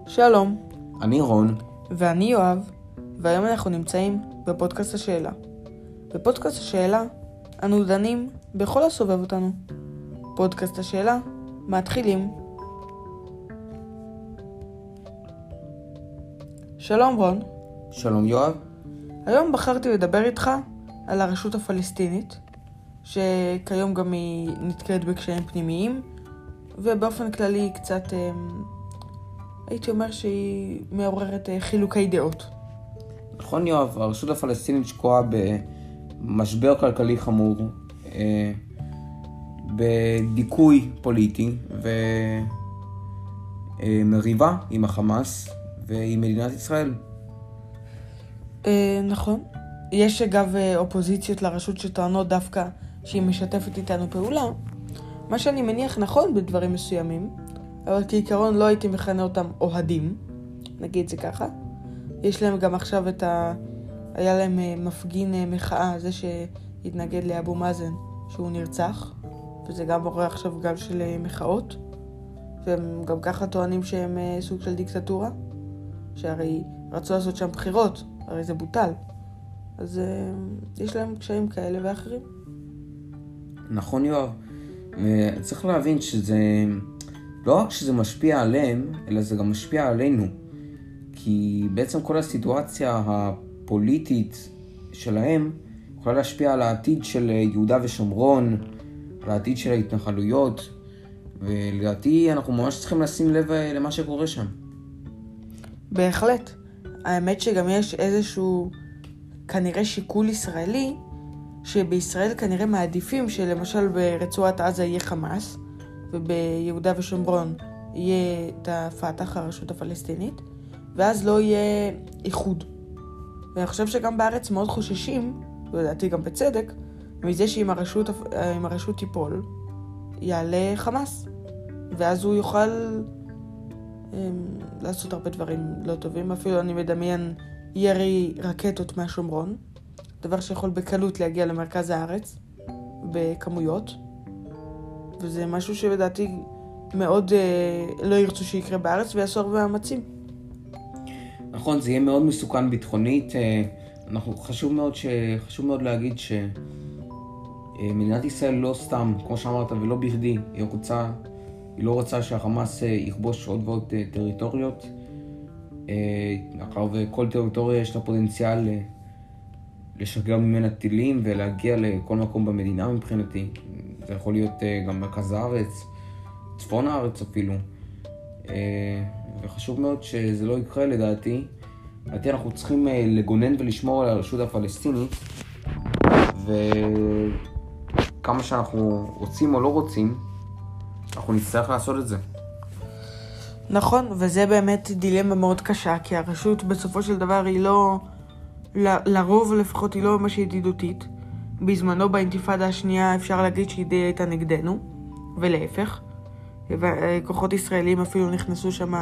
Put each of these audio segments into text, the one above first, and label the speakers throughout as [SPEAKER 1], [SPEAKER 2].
[SPEAKER 1] שלום,
[SPEAKER 2] אני רון.
[SPEAKER 1] ואני יואב, והיום אנחנו נמצאים בפודקאסט השאלה. בפודקאסט השאלה אנו דנים בכל הסובב אותנו. פודקאסט השאלה מתחילים. שלום רון.
[SPEAKER 2] שלום יואב.
[SPEAKER 1] היום בחרתי לדבר איתך על הרשות הפלסטינית, שכיום גם היא נתקלת בקשיים פנימיים, ובאופן כללי קצת הייתי אומר שהיא מעוררת חילוקי דעות.
[SPEAKER 2] נכון יואב, הרשות הפלסטינית שקועה במשבר כלכלי חמור, בדיכוי פוליטי ומריבה עם החמאס ועם מדינת ישראל.
[SPEAKER 1] נכון. יש אגב אופוזיציות לרשות שטוענות דווקא שהיא משתפת איתנו פעולה, מה שאני מניח נכון בדברים מסוימים, אבל כעיקרון לא הייתי מכנה אותם אוהדים, נגיד זה ככה. יש להם גם עכשיו היה להם מפגין מחאה, זה שהתנגד לאבו מאזן שהוא נרצח, וזה גם עורר עכשיו גל של מחאות, והם גם ככה טוענים שהם סוג של דיקטטורה, שהרי רצו לעשות שם בחירות, הרי זה בוטל. אז יש להם קשיים כאלה ואחרים.
[SPEAKER 2] נכון יואב, צריך להבין שזה לא רק שזה משפיע עליהם, אלא זה גם משפיע עלינו. כי בעצם כל הסיטואציה הפוליטית שלהם יכולה להשפיע על העתיד של יהודה ושומרון, על העתיד של ההתנחלויות, ולדעתי אנחנו ממש צריכים לשים לב למה שקורה שם.
[SPEAKER 1] בהחלט. האמת שגם יש איזשהו כנראה שיקול ישראלי, שבישראל כנראה מעדיפים שלמשל ברצועת עזה יהיה חמאס, וביהודה ושומרון יהיה את הפתח, הרשות הפלסטינית, ואז לא יהיה איחוד. ואני חושב שגם בארץ מאוד חוששים, ולדעתי גם בצדק, מזה שאם הרשות תיפול, יעלה חמאס. ואז הוא יוכל לעשות הרבה דברים לא טובים. אפילו אני מדמיין ירי רקטות מהשומרון, דבר שיכול בקלות להגיע למרכז הארץ, בכמויות. וזה משהו שבדעתי מאוד לא ירצו שיקרה בארץ ויעשו הרבה מאמצים.
[SPEAKER 2] נכון, זה יהיה מאוד מסוכן ביטחונית. חשוב מאוד להגיד שמדינת ישראל לא סתם, כמו שאמרת, ולא בכדי, היא לא רוצה שהחמאס יכבוש עוד ועוד טריטוריות. מאחר וכל טריטוריה יש לה פוטנציאל לשגר ממנה טילים ולהגיע לכל מקום במדינה מבחינתי. זה יכול להיות גם מרכז הארץ, צפון הארץ אפילו. וחשוב מאוד שזה לא יקרה לדעתי. לדעתי אנחנו צריכים לגונן ולשמור על הרשות הפלסטינית, וכמה שאנחנו רוצים או לא רוצים, אנחנו נצטרך לעשות את זה.
[SPEAKER 1] נכון, וזה באמת דילמה מאוד קשה, כי הרשות בסופו של דבר היא לא, לרוב לפחות היא לא ממש ידידותית. בזמנו באינתיפאדה השנייה אפשר להגיד שהיא די הייתה נגדנו, ולהפך. כוחות ישראלים אפילו נכנסו שם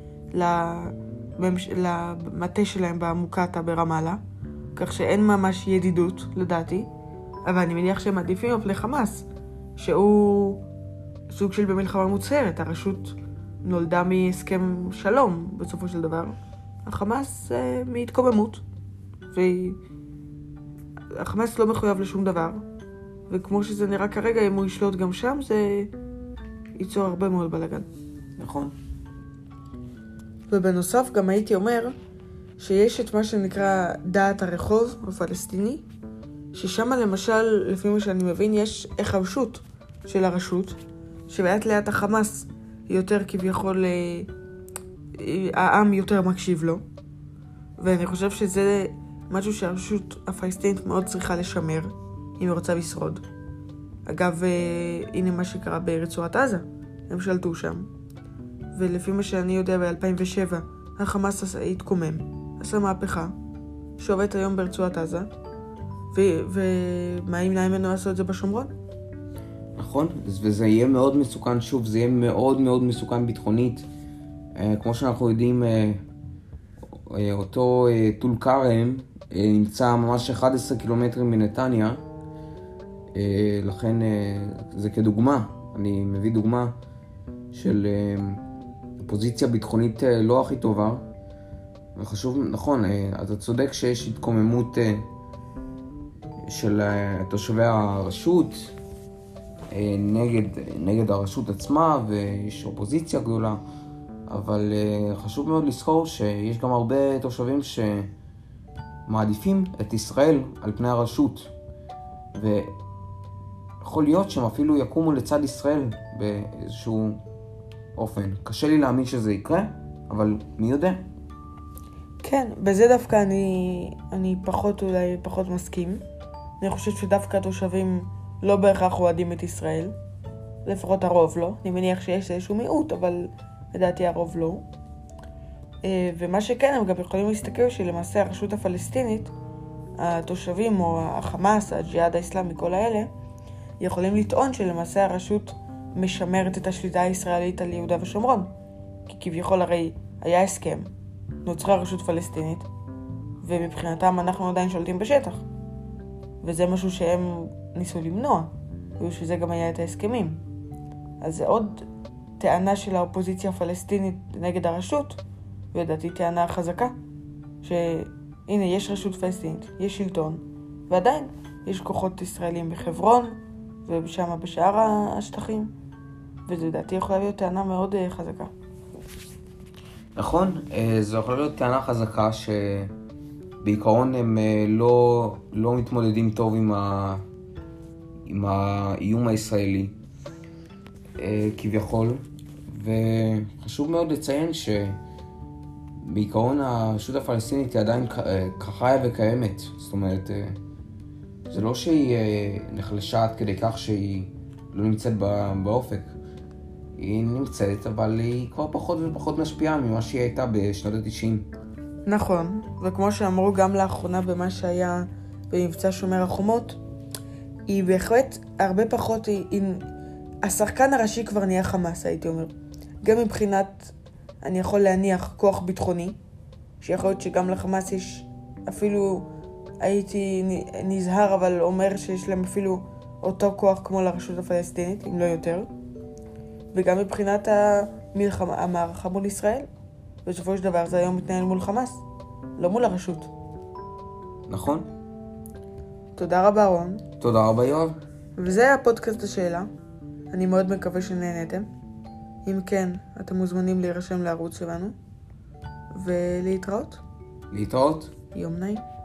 [SPEAKER 1] למטה שלהם במוקטעה ברמאללה, כך שאין ממש ידידות לדעתי, אבל אני מניח שהם עדיפים על פני חמאס, שהוא סוג של במלחמה מוצהרת. הרשות נולדה מהסכם שלום בסופו של דבר, החמאס מהתקוממות, והחמאס לא מחויב לשום דבר, וכמו שזה נראה כרגע, אם הוא ישלוט גם שם, זה ייצור הרבה מאוד בלגן.
[SPEAKER 2] נכון.
[SPEAKER 1] ובנוסף גם הייתי אומר שיש את מה שנקרא דעת הרחוב הפלסטיני, ששם למשל, לפי מה שאני מבין, יש החבשות של הרשות, שבעת ליד החמאס יותר כביכול, העם יותר מקשיב לו, ואני חושב שזה משהו שהרשות הפלסטינית מאוד צריכה לשמר, אם היא רוצה לשרוד. אגב, הנה מה שקרה ברצועת עזה, הם שלטו שם, ולפי מה שאני יודע ב-2007, החמאס התקומם, עשה מהפכה, שעובדת היום ברצועת עזה, ומה ימנע ממנו לעשות את זה בשומרון?
[SPEAKER 2] נכון, וזה יהיה מאוד מסוכן, שוב, זה יהיה מאוד מאוד מסוכן ביטחונית. כמו שאנחנו יודעים, אותו טול כרם נמצא ממש 11 קילומטרים מנתניה, לכן זה כדוגמה, אני מביא דוגמה של פוזיציה ביטחונית לא הכי טובה. וחשוב, נכון, אתה צודק שיש התקוממות של תושבי הרשות נגד הרשות עצמה, ויש אופוזיציה גדולה, אבל חשוב מאוד לזכור שיש גם הרבה תושבים שמעדיפים את ישראל על פני הרשות, ויכול להיות שהם אפילו יקומו לצד ישראל באיזשהו אופן. קשה לי להאמין שזה יקרה, אבל מי יודע?
[SPEAKER 1] כן, בזה דווקא אני פחות מסכים. אני חושב שדווקא התושבים לא בהכרח אוהדים את ישראל. לפחות הרוב לא. אני מניח שיש איזשהו מיעוט, אבל לדעתי הרוב לא. ומה שכן, הם גם יכולים להסתכל שלמעשה הרשות הפלסטינית, התושבים או החמאס, הג'יהאד האסלאמי, כל האלה, יכולים לטעון שלמעשה הרשות משמרת את השליטה הישראלית על יהודה ושומרון. כי כביכול הרי היה הסכם, נוצרה רשות פלסטינית, ומבחינתם אנחנו עדיין שולטים בשטח. וזה משהו שהם ניסו למנוע, ושזה גם היה את ההסכמים. אז זה עוד טענה של האופוזיציה הפלסטינית נגד הרשות, ולדעתי טענה חזקה, שהנה יש רשות פלסטינית, יש שלטון, ועדיין יש כוחות ישראלים בחברון, ושם בשאר השטחים, ולדעתי יכולה להיות טענה מאוד חזקה.
[SPEAKER 2] נכון, זו יכולה להיות טענה חזקה שבעיקרון הם לא מתמודדים טוב עם האיום הישראלי, כביכול, וחשוב מאוד לציין שבעיקרון הרשות הפלסטינית היא עדיין חיה וקיימת. זאת אומרת, זה לא שהיא נחלשה עד כדי כך שהיא לא נמצאת באופק. היא נמצאת, אבל היא כבר פחות ופחות משפיעה ממה שהיא הייתה בשנות ה-90.
[SPEAKER 1] נכון, וכמו שאמרו גם לאחרונה במה שהיה במבצע שומר החומות, היא בהחלט הרבה פחות, השחקן הראשי כבר נהיה חמאס, הייתי אומר. גם מבחינת, אני יכול להניח כוח ביטחוני, שיכול להיות שגם לחמאס יש אפילו, הייתי נזהר, אבל אומר שיש להם אפילו אותו כוח כמו לרשות הפלסטינית, אם לא יותר. וגם מבחינת המערכה מול ישראל. בסופו של דבר זה היום מתנהל מול חמאס, לא מול הרשות.
[SPEAKER 2] נכון.
[SPEAKER 1] תודה רבה רון.
[SPEAKER 2] תודה רבה יואב.
[SPEAKER 1] וזה היה פודקאסט השאלה. אני מאוד מקווה שנהנתם. אם כן, אתם מוזמנים להירשם לערוץ שלנו. ולהתראות.
[SPEAKER 2] להתראות.
[SPEAKER 1] יום נעים.